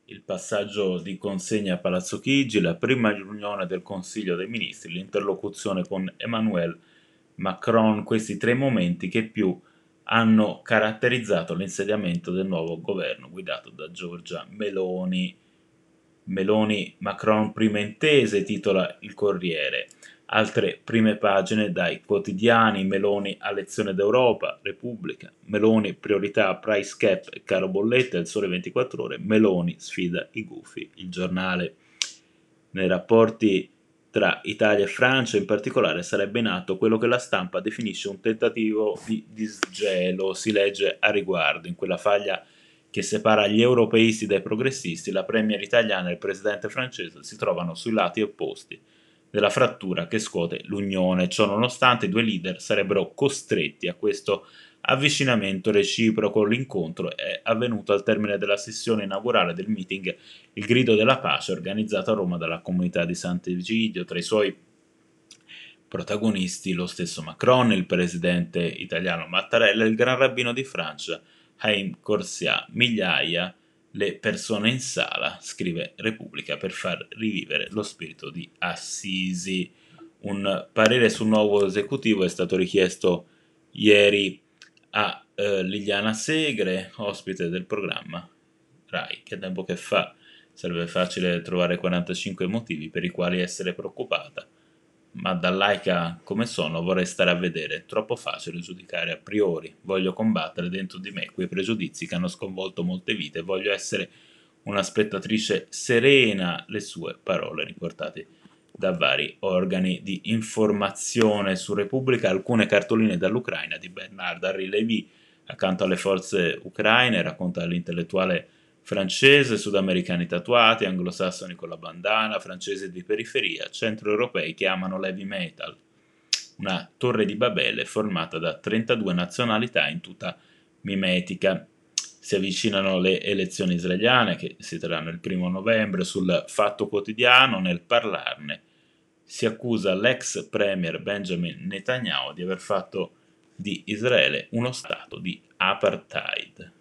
il passaggio di consegna a Palazzo Chigi, la prima riunione del Consiglio dei Ministri, l'interlocuzione con Emmanuel Macron, questi tre momenti che più hanno caratterizzato l'insediamento del nuovo governo guidato da Giorgia Meloni. Meloni-Macron prima intese, titola il Corriere. Altre prime pagine dai quotidiani: Meloni a lezione d'Europa, Repubblica, Meloni priorità price cap e caro bollette, il Sole 24 Ore, Meloni sfida i gufi, il Giornale. Nei rapporti tra Italia e Francia in particolare sarebbe in atto quello che la stampa definisce un tentativo di disgelo, si legge a riguardo. In quella faglia che separa gli europeisti dai progressisti, la premier italiana e il presidente francese si trovano sui lati opposti della frattura che scuote l'Unione. Ciò nonostante, i due leader sarebbero costretti a questo avvicinamento reciproco. L'incontro è avvenuto al termine della sessione inaugurale del meeting Il Grido della Pace, organizzato a Roma dalla comunità di Sant'Egidio. Tra i suoi protagonisti lo stesso Macron, il presidente italiano Mattarella e il gran rabbino di Francia Haim Corsia. Migliaia le persone in sala, scrive Repubblica, per far rivivere lo spirito di Assisi. Un parere sul nuovo esecutivo è stato richiesto ieri a Liliana Segre, ospite del programma Rai. Che tempo che fa, sarebbe facile trovare 45 motivi per i quali essere preoccupata, ma da laica come sono vorrei stare a vedere. È troppo facile giudicare a priori. Voglio combattere dentro di me quei pregiudizi che hanno sconvolto molte vite. Voglio essere una spettatrice serena. Le sue parole riportate da vari organi di informazione. Su Repubblica alcune cartoline dall'Ucraina di Bernard Henri Lévy accanto alle forze ucraine, racconta l'intellettuale francese, sudamericani tatuati, anglosassoni con la bandana, francesi di periferia, centroeuropei che amano l'heavy metal. Una torre di Babele formata da 32 nazionalità in tuta mimetica. Si avvicinano le elezioni israeliane che si terranno il 1° novembre. Sul Fatto Quotidiano, nel parlarne, si accusa l'ex premier Benjamin Netanyahu di aver fatto di Israele uno stato di apartheid.